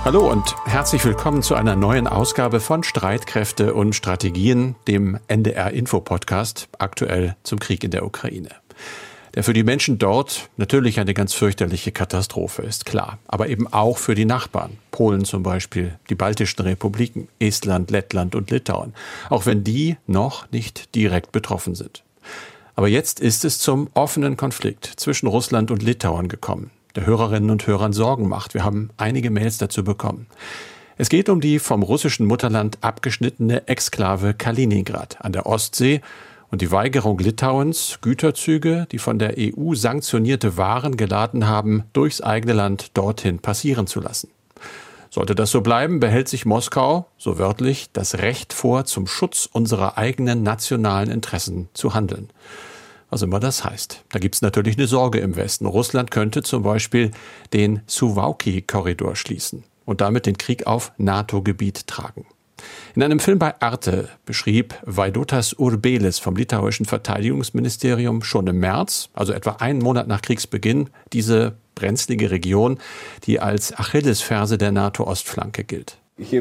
Hallo und herzlich willkommen zu einer neuen Ausgabe von Streitkräfte und Strategien, dem NDR-Info-Podcast, aktuell zum Krieg in der Ukraine. Der für die Menschen dort natürlich eine ganz fürchterliche Katastrophe ist, klar. Aber eben auch für die Nachbarn. Polen zum Beispiel, die baltischen Republiken, Estland, Lettland und Litauen. Auch wenn die noch nicht direkt betroffen sind. Aber jetzt ist es zum offenen Konflikt zwischen Russland und Litauen gekommen, der Hörerinnen und Hörern Sorgen macht. Wir haben einige Mails dazu bekommen. Es geht um die vom russischen Mutterland abgeschnittene Exklave Kaliningrad an der Ostsee und die Weigerung Litauens, Güterzüge, die von der EU sanktionierte Waren geladen haben, durchs eigene Land dorthin passieren zu lassen. Sollte das so bleiben, behält sich Moskau, so wörtlich, das Recht vor, zum Schutz unserer eigenen nationalen Interessen zu handeln. Was immer das heißt. Da gibt es natürlich eine Sorge im Westen. Russland könnte zum Beispiel den Suwałki-Korridor schließen und damit den Krieg auf NATO-Gebiet tragen. In einem Film bei Arte beschrieb Vaidotas Urbelis vom litauischen Verteidigungsministerium schon im März, also etwa einen Monat nach Kriegsbeginn, diese brenzlige Region, die als Achillesferse der NATO-Ostflanke gilt. Hier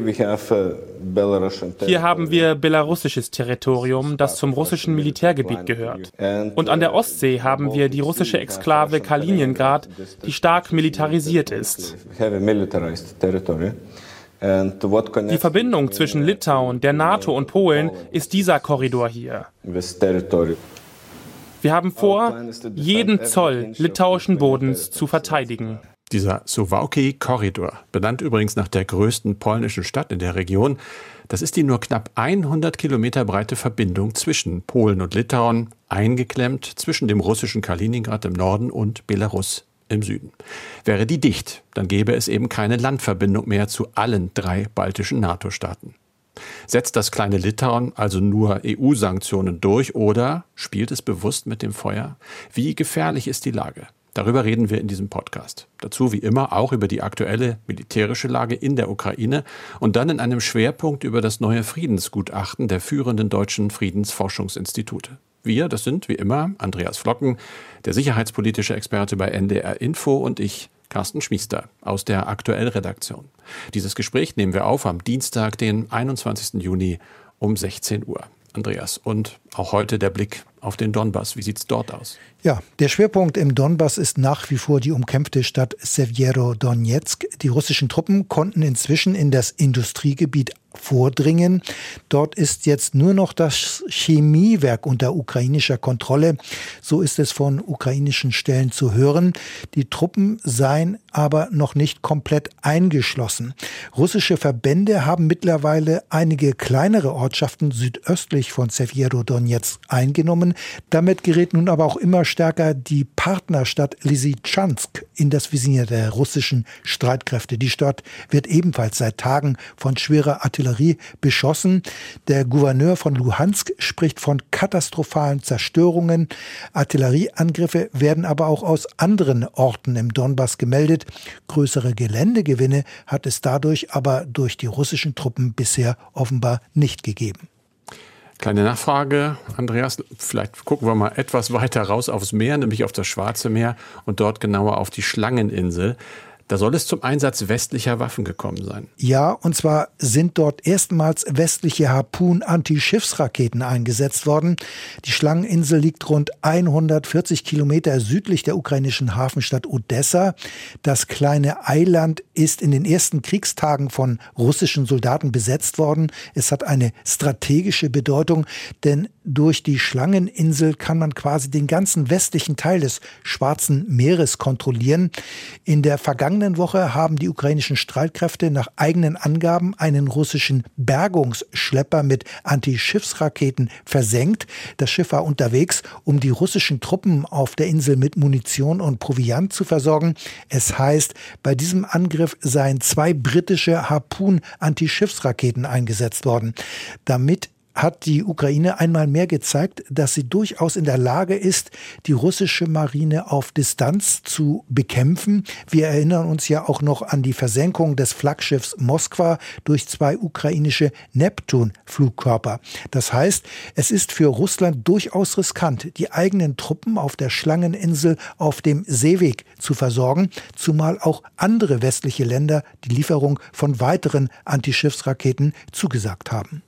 haben wir belarussisches Territorium, das zum russischen Militärgebiet gehört. Und an der Ostsee haben wir die russische Exklave Kaliningrad, die stark militarisiert ist. Die Verbindung zwischen Litauen, der NATO und Polen ist dieser Korridor hier. Wir haben vor, jeden Zoll litauischen Bodens zu verteidigen. Dieser Suwałki-Korridor, benannt übrigens nach der größten polnischen Stadt in der Region, das ist die nur knapp 100 Kilometer breite Verbindung zwischen Polen und Litauen, eingeklemmt zwischen dem russischen Kaliningrad im Norden und Belarus im Süden. Wäre die dicht, dann gäbe es eben keine Landverbindung mehr zu allen 3 baltischen NATO-Staaten. Setzt das kleine Litauen also nur EU-Sanktionen durch oder spielt es bewusst mit dem Feuer? Wie gefährlich ist die Lage? Darüber reden wir in diesem Podcast. Dazu wie immer auch über die aktuelle militärische Lage in der Ukraine und dann in einem Schwerpunkt über das neue Friedensgutachten der führenden deutschen Friedensforschungsinstitute. Wir, das sind wie immer Andreas Flocken, der sicherheitspolitische Experte bei NDR Info und ich, Carsten Schmiester aus der Aktuell-Redaktion. Dieses Gespräch nehmen wir auf am Dienstag, den 21. Juni um 16 Uhr. Andreas, und auch heute der Blick auf den Donbass. Wie sieht es dort aus? Ja, der Schwerpunkt im Donbass ist nach wie vor die umkämpfte Stadt Sewjerodonezk. Die russischen Truppen konnten inzwischen in das Industriegebiet vordringen. Dort ist jetzt nur noch das Chemiewerk unter ukrainischer Kontrolle. So ist es von ukrainischen Stellen zu hören. Die Truppen seien aber noch nicht komplett eingeschlossen. Russische Verbände haben mittlerweile einige kleinere Ortschaften südöstlich von Sewjerodonezk eingenommen. Damit gerät nun aber auch immer stärker die Partnerstadt Lysychansk in das Visier der russischen Streitkräfte. Die Stadt wird ebenfalls seit Tagen von schwerer Artillerie beschossen. Der Gouverneur von Luhansk spricht von katastrophalen Zerstörungen. Artillerieangriffe werden aber auch aus anderen Orten im Donbass gemeldet. Größere Geländegewinne hat es dadurch aber durch die russischen Truppen bisher offenbar nicht gegeben. Kleine Nachfrage, Andreas, vielleicht gucken wir mal etwas weiter raus aufs Meer, nämlich auf das Schwarze Meer und dort genauer auf die Schlangeninsel. Da soll es zum Einsatz westlicher Waffen gekommen sein. Ja, und zwar sind dort erstmals westliche Harpoon-Antischiffsraketen eingesetzt worden. Die Schlangeninsel liegt rund 140 Kilometer südlich der ukrainischen Hafenstadt Odessa. Das kleine Eiland ist in den ersten Kriegstagen von russischen Soldaten besetzt worden. Es hat eine strategische Bedeutung, denn durch die Schlangeninsel kann man quasi den ganzen westlichen Teil des Schwarzen Meeres kontrollieren. In der vergangenen Woche haben die ukrainischen Streitkräfte nach eigenen Angaben einen russischen Bergungsschlepper mit Antischiffsraketen versenkt. Das Schiff war unterwegs, um die russischen Truppen auf der Insel mit Munition und Proviant zu versorgen. Es heißt, bei diesem Angriff seien 2 britische Harpoon-Antischiffsraketen eingesetzt worden. Damit hat die Ukraine einmal mehr gezeigt, dass sie durchaus in der Lage ist, die russische Marine auf Distanz zu bekämpfen. Wir erinnern uns ja auch noch an die Versenkung des Flaggschiffs Moskwa durch 2 ukrainische Neptun-Flugkörper. Das heißt, es ist für Russland durchaus riskant, die eigenen Truppen auf der Schlangeninsel auf dem Seeweg zu versorgen, zumal auch andere westliche Länder die Lieferung von weiteren Antischiffsraketen zugesagt haben.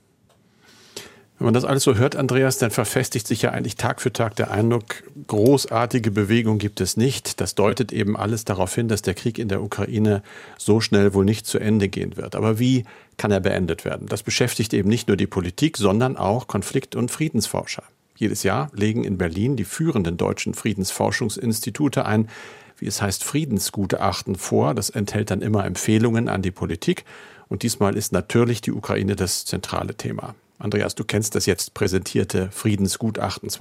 Wenn man das alles so hört, Andreas, dann verfestigt sich ja eigentlich Tag für Tag der Eindruck, großartige Bewegung gibt es nicht. Das deutet eben alles darauf hin, dass der Krieg in der Ukraine so schnell wohl nicht zu Ende gehen wird. Aber wie kann er beendet werden? Das beschäftigt eben nicht nur die Politik, sondern auch Konflikt- und Friedensforscher. Jedes Jahr legen in Berlin die führenden deutschen Friedensforschungsinstitute ein, wie es heißt, Friedensgutachten vor. Das enthält dann immer Empfehlungen an die Politik. Und diesmal ist natürlich die Ukraine das zentrale Thema. Andreas, du kennst das jetzt präsentierte Friedensgutachten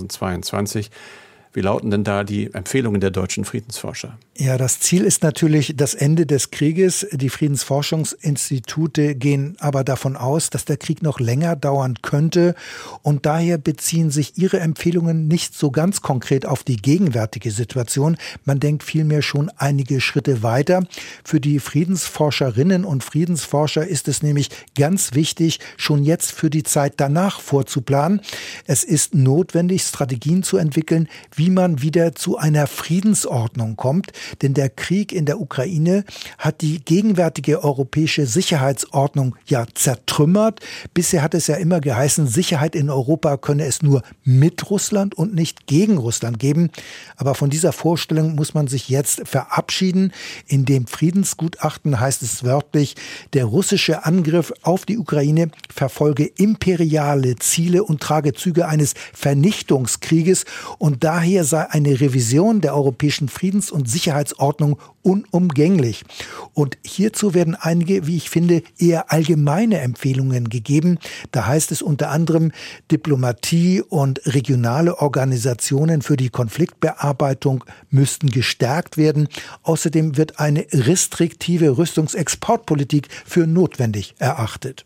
2022. Wie lauten denn da die Empfehlungen der deutschen Friedensforscher? Ja, das Ziel ist natürlich das Ende des Krieges. Die Friedensforschungsinstitute gehen aber davon aus, dass der Krieg noch länger dauern könnte. Und daher beziehen sich ihre Empfehlungen nicht so ganz konkret auf die gegenwärtige Situation. Man denkt vielmehr schon einige Schritte weiter. Für die Friedensforscherinnen und Friedensforscher ist es nämlich ganz wichtig, schon jetzt für die Zeit danach vorzuplanen. Es ist notwendig, Strategien zu entwickeln, wie man wieder zu einer Friedensordnung kommt. Denn der Krieg in der Ukraine hat die gegenwärtige europäische Sicherheitsordnung ja zertrümmert. Bisher hat es ja immer geheißen, Sicherheit in Europa könne es nur mit Russland und nicht gegen Russland geben. Aber von dieser Vorstellung muss man sich jetzt verabschieden. In dem Friedensgutachten heißt es wörtlich, der russische Angriff auf die Ukraine verfolge imperiale Ziele und trage Züge eines Vernichtungskrieges. Und daher sei eine Revision der europäischen Friedens- und Sicherheitsordnung unumgänglich. Und hierzu werden einige, wie ich finde, eher allgemeine Empfehlungen gegeben. Da heißt es unter anderem, Diplomatie und regionale Organisationen für die Konfliktbearbeitung müssten gestärkt werden. Außerdem wird eine restriktive Rüstungsexportpolitik für notwendig erachtet.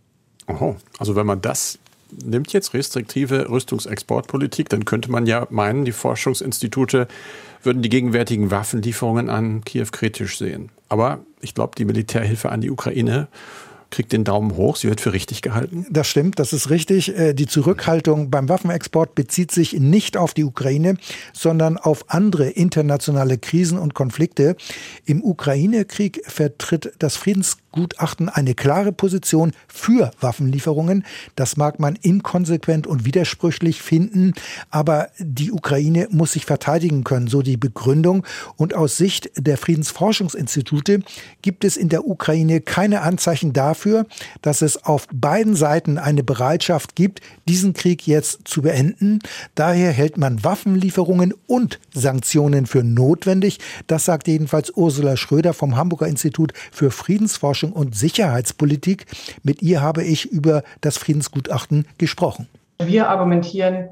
Oho, also wenn man das nimmt jetzt, restriktive Rüstungsexportpolitik, dann könnte man ja meinen, die Forschungsinstitute würden die gegenwärtigen Waffenlieferungen an Kiew kritisch sehen. Aber ich glaube, die Militärhilfe an die Ukraine kriegt den Daumen hoch. Sie wird für richtig gehalten. Das stimmt, das ist richtig. Die Zurückhaltung beim Waffenexport bezieht sich nicht auf die Ukraine, sondern auf andere internationale Krisen und Konflikte. Im Ukraine-Krieg vertritt das Friedensgutachten eine klare Position für Waffenlieferungen. Das mag man inkonsequent und widersprüchlich finden, aber die Ukraine muss sich verteidigen können, so die Begründung. Und aus Sicht der Friedensforschungsinstitute gibt es in der Ukraine keine Anzeichen dafür, dass es auf beiden Seiten eine Bereitschaft gibt, diesen Krieg jetzt zu beenden. Daher hält man Waffenlieferungen und Sanktionen für notwendig. Das sagt jedenfalls Ursula Schröder vom Hamburger Institut für Friedensforschung und Sicherheitspolitik. Mit ihr habe ich über das Friedensgutachten gesprochen. Wir argumentieren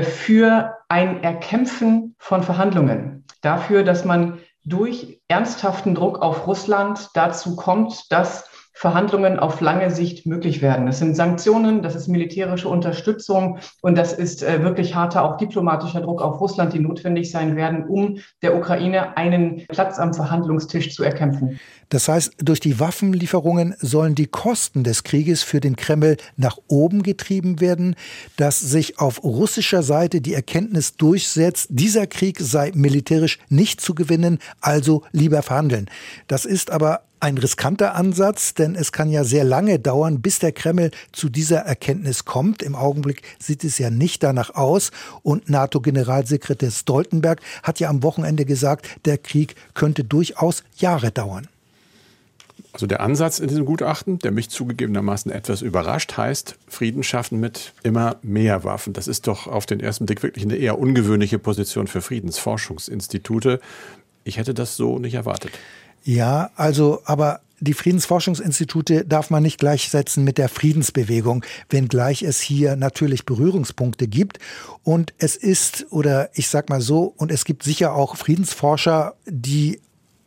für ein Erkämpfen von Verhandlungen, dafür, dass man durch ernsthaften Druck auf Russland dazu kommt, dass Verhandlungen auf lange Sicht möglich werden. Das sind Sanktionen, das ist militärische Unterstützung und das ist wirklich harter, auch diplomatischer Druck auf Russland, die notwendig sein werden, um der Ukraine einen Platz am Verhandlungstisch zu erkämpfen. Das heißt, durch die Waffenlieferungen sollen die Kosten des Krieges für den Kreml nach oben getrieben werden, dass sich auf russischer Seite die Erkenntnis durchsetzt, dieser Krieg sei militärisch nicht zu gewinnen, also lieber verhandeln. Das ist aber ein riskanter Ansatz, denn es kann ja sehr lange dauern, bis der Kreml zu dieser Erkenntnis kommt. Im Augenblick sieht es ja nicht danach aus. Und NATO-Generalsekretär Stoltenberg hat ja am Wochenende gesagt, der Krieg könnte durchaus Jahre dauern. Also der Ansatz in diesem Gutachten, der mich zugegebenermaßen etwas überrascht, heißt Frieden schaffen mit immer mehr Waffen. Das ist doch auf den ersten Blick wirklich eine eher ungewöhnliche Position für Friedensforschungsinstitute. Ich hätte das so nicht erwartet. Ja, aber die Friedensforschungsinstitute darf man nicht gleichsetzen mit der Friedensbewegung, wenngleich es hier natürlich Berührungspunkte gibt. Und es ist, oder ich sag mal so, und es gibt sicher auch Friedensforscher, die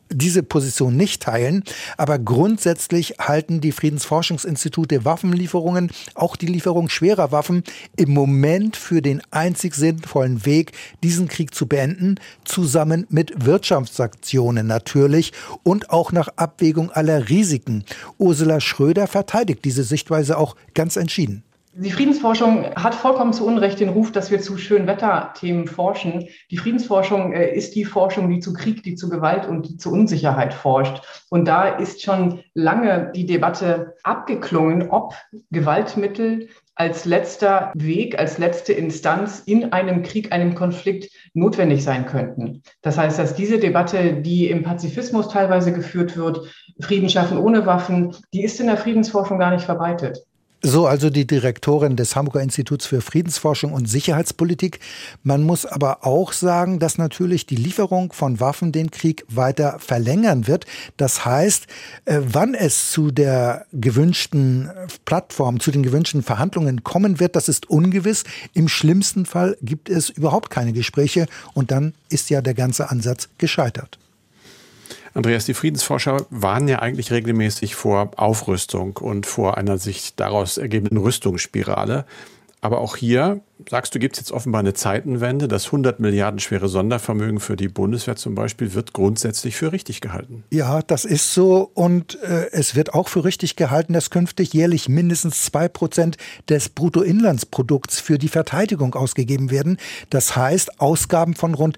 diese Position nicht teilen. Aber grundsätzlich halten die Friedensforschungsinstitute Waffenlieferungen, auch die Lieferung schwerer Waffen, im Moment für den einzig sinnvollen Weg, diesen Krieg zu beenden, zusammen mit Wirtschaftssanktionen natürlich und auch nach Abwägung aller Risiken. Ursula Schröder verteidigt diese Sichtweise auch ganz entschieden. Die Friedensforschung hat vollkommen zu Unrecht den Ruf, dass wir zu Schönwetterthemen forschen. Die Friedensforschung ist die Forschung, die zu Krieg, die zu Gewalt und die zu Unsicherheit forscht. Und da ist schon lange die Debatte abgeklungen, ob Gewaltmittel als letzter Weg, als letzte Instanz in einem Krieg, einem Konflikt notwendig sein könnten. Das heißt, dass diese Debatte, die im Pazifismus teilweise geführt wird, Frieden schaffen ohne Waffen, die ist in der Friedensforschung gar nicht verbreitet. So also die Direktorin des Hamburger Instituts für Friedensforschung und Sicherheitspolitik. Man muss aber auch sagen, dass natürlich die Lieferung von Waffen den Krieg weiter verlängern wird. Das heißt, wann es zu der gewünschten Plattform, zu den gewünschten Verhandlungen kommen wird, das ist ungewiss. Im schlimmsten Fall gibt es überhaupt keine Gespräche und dann ist ja der ganze Ansatz gescheitert. Andreas, die Friedensforscher warnen ja eigentlich regelmäßig vor Aufrüstung und vor einer sich daraus ergebenden Rüstungsspirale. Aber auch hier, sagst du, gibt es jetzt offenbar eine Zeitenwende. Das 100 Milliarden schwere Sondervermögen für die Bundeswehr zum Beispiel wird grundsätzlich für richtig gehalten. Ja, das ist so. Und es wird auch für richtig gehalten, dass künftig jährlich mindestens 2% des Bruttoinlandsprodukts für die Verteidigung ausgegeben werden. Das heißt, Ausgaben von rund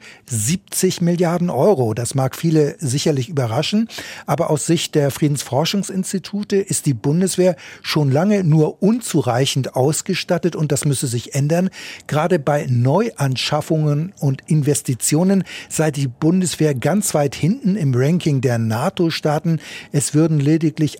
70 Milliarden Euro. Das mag viele sicherlich überraschen. Aber aus Sicht der Friedensforschungsinstitute ist die Bundeswehr schon lange nur unzureichend ausgestattet und das müsse sich ändern. Gerade bei Neuanschaffungen und Investitionen sei die Bundeswehr ganz weit hinten im Ranking der NATO-Staaten. Es würden lediglich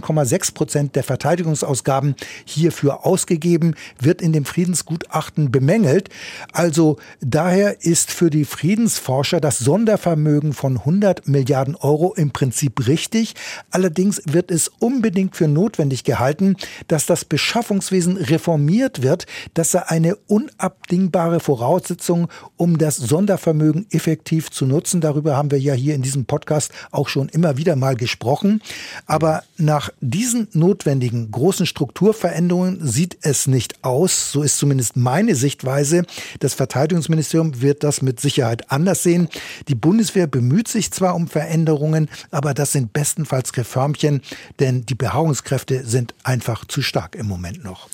18,6% der Verteidigungsausgaben hierfür ausgegeben, wird in dem Friedensgutachten bemängelt. Also daher ist für die Friedensforscher das Sondervermögen von 100 Milliarden Euro im Prinzip richtig. Allerdings wird es unbedingt für notwendig gehalten, dass das Beschaffungswesen reformiert wird. Das sei eine unabdingbare Voraussetzung, um das Sondervermögen effektiv zu nutzen. Darüber haben wir ja hier in diesem Podcast auch schon immer wieder mal gesprochen. Aber nach diesen notwendigen großen Strukturveränderungen sieht es nicht aus. So ist zumindest meine Sichtweise. Das Verteidigungsministerium wird das mit Sicherheit anders sehen. Die Bundeswehr bemüht sich zwar um Veränderungen, aber das sind bestenfalls Reformchen, denn die Beharrungskräfte sind einfach zu stark im Moment noch.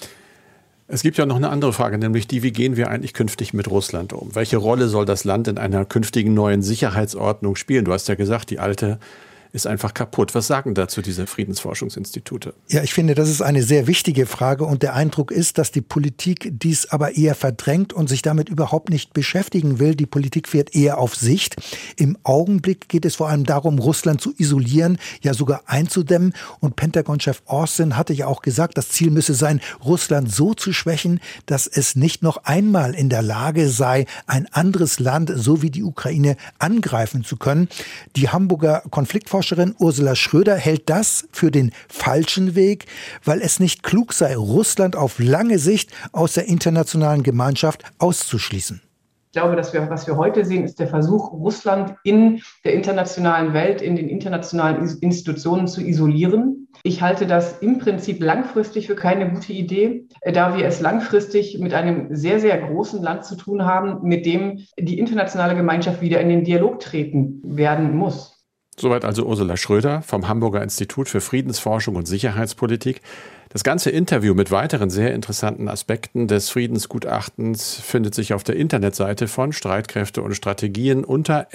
Es gibt ja noch eine andere Frage, nämlich die, wie gehen wir eigentlich künftig mit Russland um? Welche Rolle soll das Land in einer künftigen neuen Sicherheitsordnung spielen? Du hast ja gesagt, die alte ist einfach kaputt. Was sagen dazu diese Friedensforschungsinstitute? Ja, ich finde, das ist eine sehr wichtige Frage und der Eindruck ist, dass die Politik dies aber eher verdrängt und sich damit überhaupt nicht beschäftigen will. Die Politik fährt eher auf Sicht. Im Augenblick geht es vor allem darum, Russland zu isolieren, ja sogar einzudämmen. Und Pentagon-Chef Austin hatte ja auch gesagt, das Ziel müsse sein, Russland so zu schwächen, dass es nicht noch einmal in der Lage sei, ein anderes Land, so wie die Ukraine, angreifen zu können. Die Hamburger Konfliktforscherin Ursula Schröder hält das für den falschen Weg, weil es nicht klug sei, Russland auf lange Sicht aus der internationalen Gemeinschaft auszuschließen. Ich glaube, was wir heute sehen, ist der Versuch, Russland in der internationalen Welt, in den internationalen Institutionen zu isolieren. Ich halte das im Prinzip langfristig für keine gute Idee, da wir es langfristig mit einem sehr, sehr großen Land zu tun haben, mit dem die internationale Gemeinschaft wieder in den Dialog treten werden muss. Soweit also Ursula Schröder vom Hamburger Institut für Friedensforschung und Sicherheitspolitik. Das ganze Interview mit weiteren sehr interessanten Aspekten des Friedensgutachtens findet sich auf der Internetseite von Streitkräfte und Strategien unter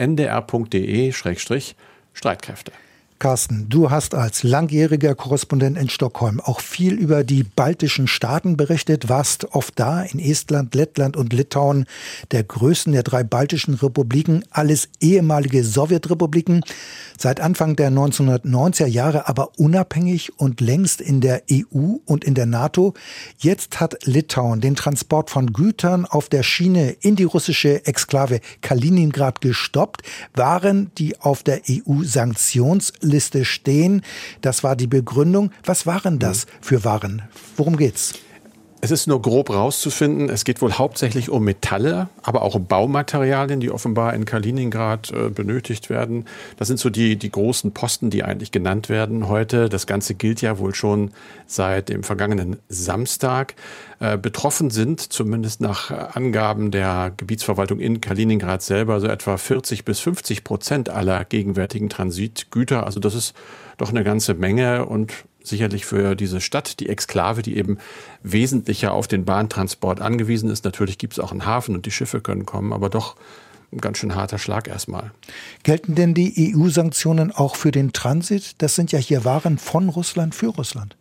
ndr.de/Streitkräfte. Carsten, du hast als langjähriger Korrespondent in Stockholm auch viel über die baltischen Staaten berichtet, warst oft da in Estland, Lettland und Litauen, der größten der 3 baltischen Republiken, alles ehemalige Sowjetrepubliken, seit Anfang der 1990er Jahre aber unabhängig und längst in der EU und in der NATO. Jetzt hat Litauen den Transport von Gütern auf der Schiene in die russische Exklave Kaliningrad gestoppt, Waren, die auf der EU-Sanktionsliste stehen. Das war die Begründung. Was waren das für Waren? Worum geht's? Es ist nur grob rauszufinden. Es geht wohl hauptsächlich um Metalle, aber auch um Baumaterialien, die offenbar in Kaliningrad benötigt werden. Das sind so die großen Posten, die eigentlich genannt werden heute. Das Ganze gilt ja wohl schon seit dem vergangenen Samstag. Betroffen sind, zumindest nach Angaben der Gebietsverwaltung in Kaliningrad selber, so etwa 40-50% aller gegenwärtigen Transitgüter. Also das ist doch eine ganze Menge und sicherlich für diese Stadt, die Exklave, die eben wesentlicher auf den Bahntransport angewiesen ist. Natürlich gibt es auch einen Hafen und die Schiffe können kommen, aber doch ein ganz schön harter Schlag erstmal. Gelten denn die EU-Sanktionen auch für den Transit? Das sind ja hier Waren von Russland für Russland.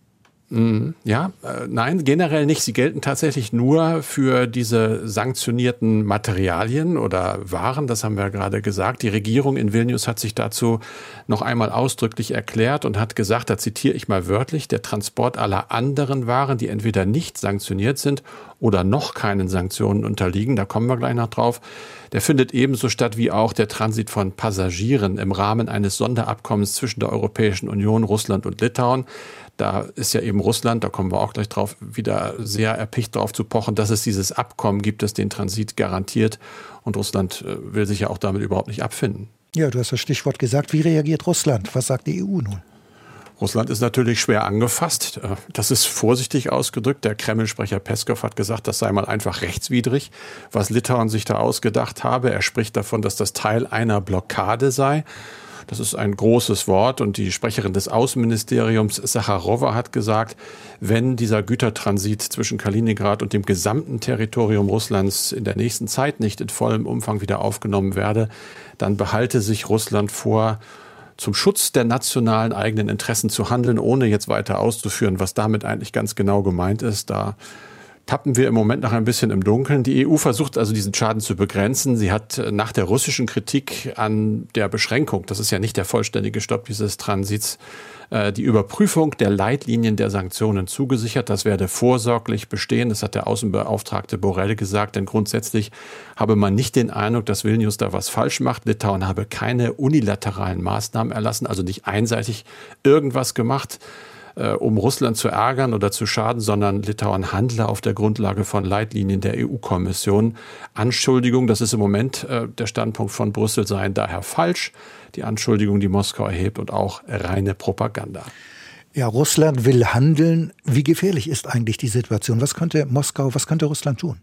Nein, generell nicht. Sie gelten tatsächlich nur für diese sanktionierten Materialien oder Waren. Das haben wir gerade gesagt. Die Regierung in Vilnius hat sich dazu noch einmal ausdrücklich erklärt und hat gesagt, da zitiere ich mal wörtlich, der Transport aller anderen Waren, die entweder nicht sanktioniert sind oder noch keinen Sanktionen unterliegen, da kommen wir gleich noch drauf, der findet ebenso statt wie auch der Transit von Passagieren im Rahmen eines Sonderabkommens zwischen der Europäischen Union, Russland und Litauen. Da ist ja eben Russland, da kommen wir auch gleich drauf, wieder sehr erpicht darauf zu pochen, dass es dieses Abkommen gibt, das den Transit garantiert. Und Russland will sich ja auch damit überhaupt nicht abfinden. Ja, du hast das Stichwort gesagt. Wie reagiert Russland? Was sagt die EU nun? Russland ist natürlich schwer angefasst. Das ist vorsichtig ausgedrückt. Der Kreml-Sprecher Peskov hat gesagt, das sei mal einfach rechtswidrig, was Litauen sich da ausgedacht habe. Er spricht davon, dass das Teil einer Blockade sei. Das ist ein großes Wort und die Sprecherin des Außenministeriums Sacharowa hat gesagt, wenn dieser Gütertransit zwischen Kaliningrad und dem gesamten Territorium Russlands in der nächsten Zeit nicht in vollem Umfang wieder aufgenommen werde, dann behalte sich Russland vor, zum Schutz der nationalen eigenen Interessen zu handeln, ohne jetzt weiter auszuführen, was damit eigentlich ganz genau gemeint ist. Da tappen wir im Moment noch ein bisschen im Dunkeln. Die EU versucht also diesen Schaden zu begrenzen. Sie hat nach der russischen Kritik an der Beschränkung, das ist ja nicht der vollständige Stopp dieses Transits, die Überprüfung der Leitlinien der Sanktionen zugesichert. Das werde vorsorglich bestehen. Das hat der Außenbeauftragte Borrell gesagt. Denn grundsätzlich habe man nicht den Eindruck, dass Vilnius da was falsch macht. Litauen habe keine unilateralen Maßnahmen erlassen, also nicht einseitig irgendwas gemacht, um Russland zu ärgern oder zu schaden, sondern Litauen handle auf der Grundlage von Leitlinien der EU-Kommission. Anschuldigung, das ist im Moment der Standpunkt von Brüssel, seien daher falsch. Die Anschuldigung, die Moskau erhebt und auch reine Propaganda. Ja, Russland will handeln. Wie gefährlich ist eigentlich die Situation? Was könnte Russland tun?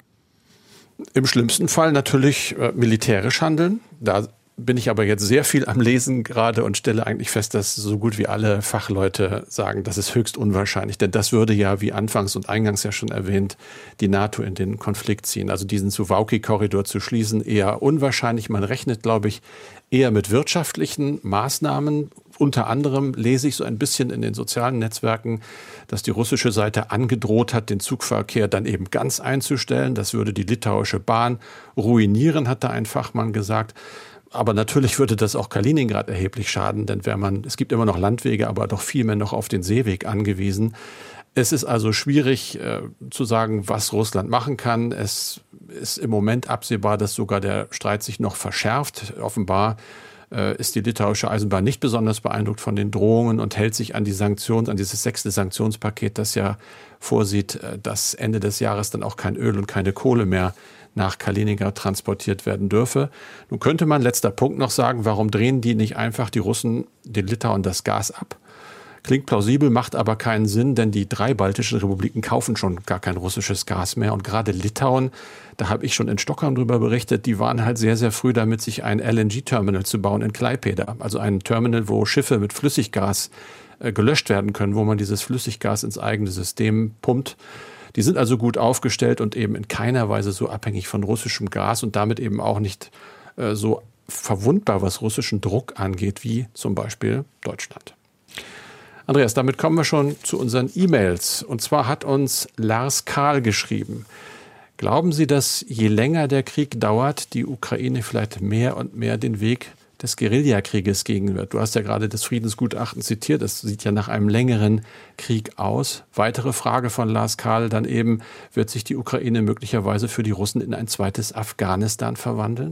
Im schlimmsten Fall natürlich militärisch handeln. Da bin ich aber jetzt sehr viel am Lesen gerade und stelle eigentlich fest, dass so gut wie alle Fachleute sagen, das ist höchst unwahrscheinlich. Denn das würde ja, wie anfangs und eingangs ja schon erwähnt, die NATO in den Konflikt ziehen. Also diesen Suwałki-Korridor zu schließen, eher unwahrscheinlich. Man rechnet, glaube ich, eher mit wirtschaftlichen Maßnahmen. Unter anderem lese ich so ein bisschen in den sozialen Netzwerken, dass die russische Seite angedroht hat, den Zugverkehr dann eben ganz einzustellen. Das würde die litauische Bahn ruinieren, hat da ein Fachmann gesagt. Aber natürlich würde das auch Kaliningrad erheblich schaden, denn es gibt immer noch Landwege, aber doch viel mehr noch auf den Seeweg angewiesen. Es ist also schwierig zu sagen, was Russland machen kann. Es ist im Moment absehbar, dass sogar der Streit sich noch verschärft. Offenbar ist die litauische Eisenbahn nicht besonders beeindruckt von den Drohungen und hält sich an die Sanktionen, an dieses 6. Sanktionspaket, das ja vorsieht, dass Ende des Jahres dann auch kein Öl und keine Kohle mehr nach Kaliningrad transportiert werden dürfe. Nun könnte man, letzter Punkt noch sagen, warum drehen die nicht einfach, die Russen, den Litauen das Gas ab? Klingt plausibel, macht aber keinen Sinn, denn die 3 baltischen Republiken kaufen schon gar kein russisches Gas mehr. Und gerade Litauen, da habe ich schon in Stockholm drüber berichtet, die waren halt sehr, sehr früh damit, sich ein LNG-Terminal zu bauen in Klaipėda. Also ein Terminal, wo Schiffe mit Flüssiggas gelöscht werden können, wo man dieses Flüssiggas ins eigene System pumpt. Die sind also gut aufgestellt und eben in keiner Weise so abhängig von russischem Gas und damit eben auch nicht so verwundbar, was russischen Druck angeht, wie zum Beispiel Deutschland. Andreas, damit kommen wir schon zu unseren E-Mails. Und zwar hat uns Lars Karl geschrieben: Glauben Sie, dass je länger der Krieg dauert, die Ukraine vielleicht mehr und mehr den Weg des Guerillakrieges gehen wird? Du hast ja gerade das Friedensgutachten zitiert. Das sieht ja nach einem längeren Krieg aus. Weitere Frage von Lars Karl dann eben: Wird sich die Ukraine möglicherweise für die Russen in ein zweites Afghanistan verwandeln?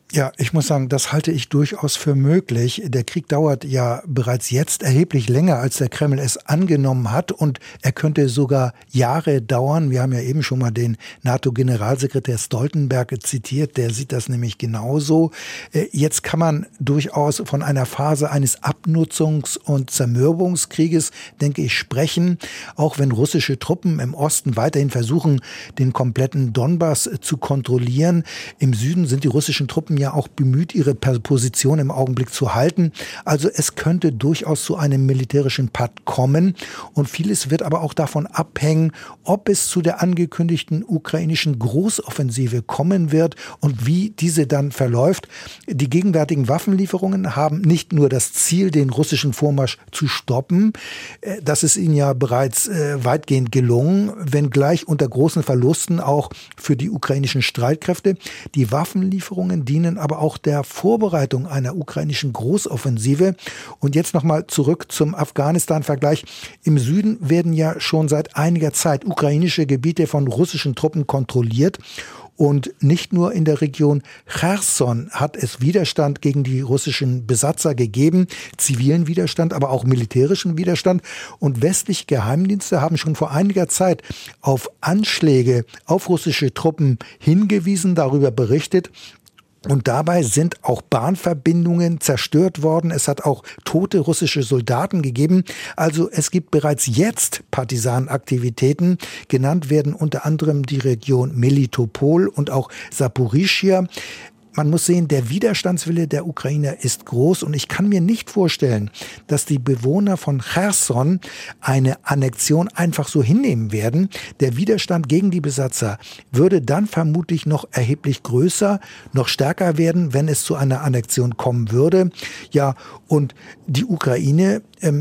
Ja, ich muss sagen, das halte ich durchaus für möglich. Der Krieg dauert ja bereits jetzt erheblich länger, als der Kreml es angenommen hat, und er könnte sogar Jahre dauern. Wir haben ja eben schon mal den NATO-Generalsekretär Stoltenberg zitiert, der sieht das nämlich genauso. Jetzt kann man durchaus von einer Phase eines Abnutzungs- und Zermürbungskrieges, denke ich, sprechen, auch wenn russische Truppen im Osten weiterhin versuchen, den kompletten Donbass zu kontrollieren. Im Süden sind die russischen Truppen ja auch bemüht, ihre Position im Augenblick zu halten. Also es könnte durchaus zu einem militärischen Patt kommen, und vieles wird aber auch davon abhängen, ob es zu der angekündigten ukrainischen Großoffensive kommen wird und wie diese dann verläuft. Die gegenwärtigen Waffenlieferungen haben nicht nur das Ziel, den russischen Vormarsch zu stoppen, das ist ihnen ja bereits weitgehend gelungen, wenngleich unter großen Verlusten auch für die ukrainischen Streitkräfte. Die Waffenlieferungen dienen aber auch der Vorbereitung einer ukrainischen Großoffensive. Und jetzt nochmal zurück zum Afghanistan-Vergleich. Im Süden werden ja schon seit einiger Zeit ukrainische Gebiete von russischen Truppen kontrolliert. Und nicht nur in der Region Cherson hat es Widerstand gegen die russischen Besatzer gegeben, zivilen Widerstand, aber auch militärischen Widerstand. Und westliche Geheimdienste haben schon vor einiger Zeit auf Anschläge auf russische Truppen hingewiesen, darüber berichtet. Und dabei sind auch Bahnverbindungen zerstört worden. Es hat auch tote russische Soldaten gegeben. Also es gibt bereits jetzt Partisanenaktivitäten. Genannt werden unter anderem die Region Melitopol und auch Saporischschja. Man muss sehen, der Widerstandswille der Ukrainer ist groß, und ich kann mir nicht vorstellen, dass die Bewohner von Cherson eine Annexion einfach so hinnehmen werden. Der Widerstand gegen die Besatzer würde dann vermutlich noch erheblich größer, noch stärker werden, wenn es zu einer Annexion kommen würde. Ja, und die Ukraine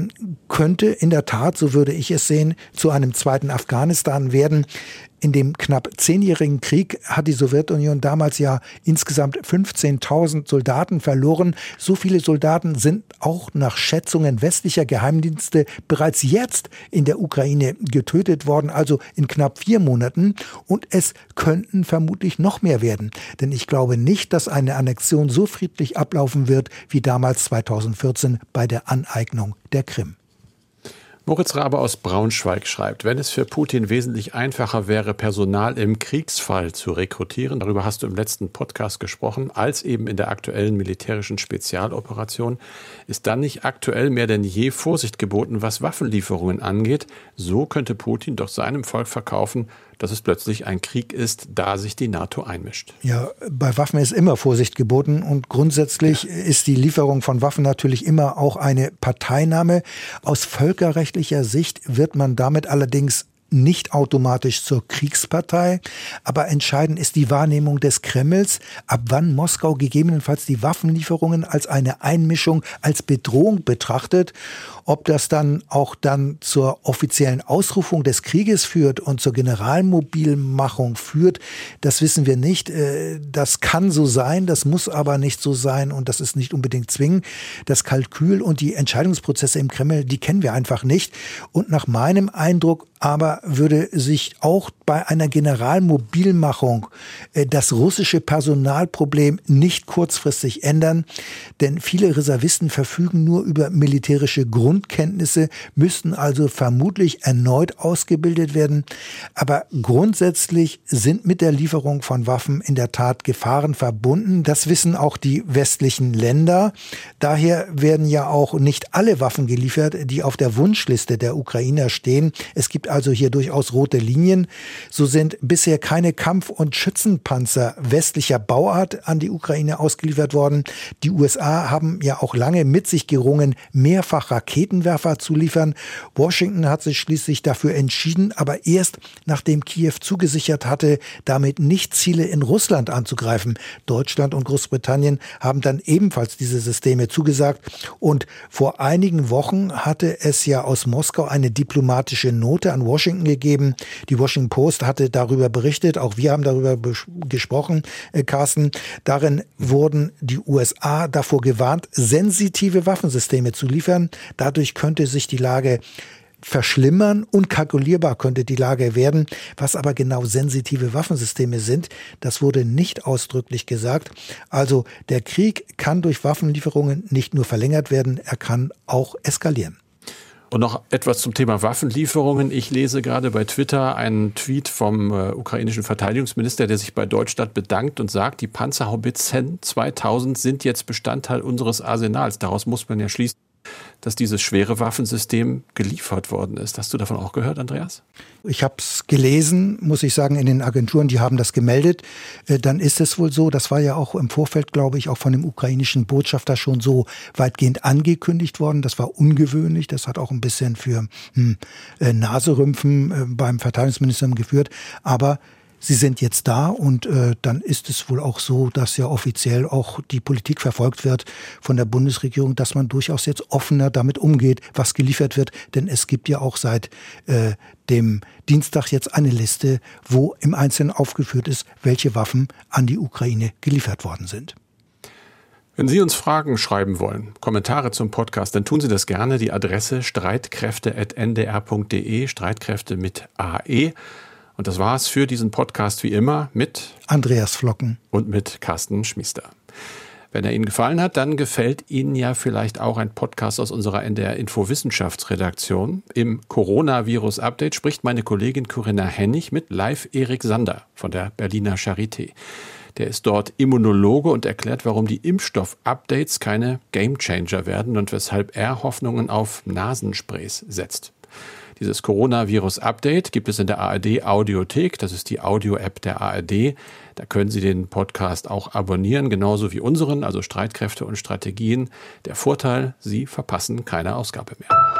könnte in der Tat, so würde ich es sehen, zu einem zweiten Afghanistan werden. In dem knapp 10-jährigen Krieg hat die Sowjetunion damals ja insgesamt 15.000 Soldaten verloren. So viele Soldaten sind auch nach Schätzungen westlicher Geheimdienste bereits jetzt in der Ukraine getötet worden, also in knapp 4 Monaten. Und es könnten vermutlich noch mehr werden. Denn ich glaube nicht, dass eine Annexion so friedlich ablaufen wird wie damals 2014 bei der Aneignung der Krim. Moritz Rabe aus Braunschweig schreibt, wenn es für Putin wesentlich einfacher wäre, Personal im Kriegsfall zu rekrutieren, darüber hast du im letzten Podcast gesprochen, als eben in der aktuellen militärischen Spezialoperation, ist dann nicht aktuell mehr denn je Vorsicht geboten, was Waffenlieferungen angeht. So könnte Putin doch seinem Volk verkaufen, dass es plötzlich ein Krieg ist, da sich die NATO einmischt. Ja, bei Waffen ist immer Vorsicht geboten, und grundsätzlich ist die Lieferung von Waffen natürlich immer auch eine Parteinahme. Aus völkerrechtlicher Sicht wird man damit allerdings nicht automatisch zur Kriegspartei, aber entscheidend ist die Wahrnehmung des Kremls, ab wann Moskau gegebenenfalls die Waffenlieferungen als eine Einmischung, als Bedrohung betrachtet. Ob das dann auch zur offiziellen Ausrufung des Krieges führt und zur Generalmobilmachung führt, das wissen wir nicht. Das kann so sein, das muss aber nicht so sein, und das ist nicht unbedingt zwingend. Das Kalkül und die Entscheidungsprozesse im Kreml, die kennen wir einfach nicht. Und nach meinem Eindruck aber würde sich auch bei einer Generalmobilmachung das russische Personalproblem nicht kurzfristig ändern, denn viele Reservisten verfügen nur über militärische Grundkenntnisse, müssten also vermutlich erneut ausgebildet werden. Aber grundsätzlich sind mit der Lieferung von Waffen in der Tat Gefahren verbunden. Das wissen auch die westlichen Länder. Daher werden ja auch nicht alle Waffen geliefert, die auf der Wunschliste der Ukrainer stehen. Es gibt also hier durchaus rote Linien. So sind bisher keine Kampf- und Schützenpanzer westlicher Bauart an die Ukraine ausgeliefert worden. Die USA haben ja auch lange mit sich gerungen, mehrfach Raketenwerfer zu liefern. Washington hat sich schließlich dafür entschieden, aber erst nachdem Kiew zugesichert hatte, damit nicht Ziele in Russland anzugreifen. Deutschland und Großbritannien haben dann ebenfalls diese Systeme zugesagt. Und vor einigen Wochen hatte es ja aus Moskau eine diplomatische Note an Washington gegeben. Die Washington Post hatte darüber berichtet, auch wir haben darüber gesprochen, Carsten. Darin wurden die USA davor gewarnt, sensitive Waffensysteme zu liefern. Dadurch könnte sich die Lage verschlimmern. Unkalkulierbar könnte die Lage werden. Was aber genau sensitive Waffensysteme sind, das wurde nicht ausdrücklich gesagt. Also der Krieg kann durch Waffenlieferungen nicht nur verlängert werden, er kann auch eskalieren. Und noch etwas zum Thema Waffenlieferungen. Ich lese gerade bei Twitter einen Tweet vom ukrainischen Verteidigungsminister, der sich bei Deutschland bedankt und sagt, die Panzerhaubitzen 2000 sind jetzt Bestandteil unseres Arsenals. Daraus muss man ja schließen, dass dieses schwere Waffensystem geliefert worden ist. Hast du davon auch gehört, Andreas? Ich habe es gelesen, muss ich sagen, in den Agenturen, die haben das gemeldet. Dann ist es wohl so, das war ja auch im Vorfeld, glaube ich, auch von dem ukrainischen Botschafter schon so weitgehend angekündigt worden. Das war ungewöhnlich, das hat auch ein bisschen für Naserümpfen beim Verteidigungsministerium geführt. Aber sie sind jetzt da und dann ist es wohl auch so, dass ja offiziell auch die Politik verfolgt wird von der Bundesregierung, dass man durchaus jetzt offener damit umgeht, was geliefert wird. Denn es gibt ja auch seit dem Dienstag jetzt eine Liste, wo im Einzelnen aufgeführt ist, welche Waffen an die Ukraine geliefert worden sind. Wenn Sie uns Fragen schreiben wollen, Kommentare zum Podcast, dann tun Sie das gerne. Die Adresse streitkräfte@ndr.de, Streitkräfte mit AE. Und das war's für diesen Podcast wie immer mit Andreas Flocken und mit Carsten Schmiester. Wenn er Ihnen gefallen hat, dann gefällt Ihnen ja vielleicht auch ein Podcast aus unserer NDR Info Wissenschaftsredaktion. Im Coronavirus-Update spricht meine Kollegin Corinna Hennig mit Leif Erik Sander von der Berliner Charité. Der ist dort Immunologe und erklärt, warum die Impfstoff-Updates keine Gamechanger werden und weshalb er Hoffnungen auf Nasensprays setzt. Dieses Coronavirus-Update gibt es in der ARD-Audiothek. Das ist die Audio-App der ARD. Da können Sie den Podcast auch abonnieren, genauso wie unseren, also Streitkräfte und Strategien. Der Vorteil, Sie verpassen keine Ausgabe mehr.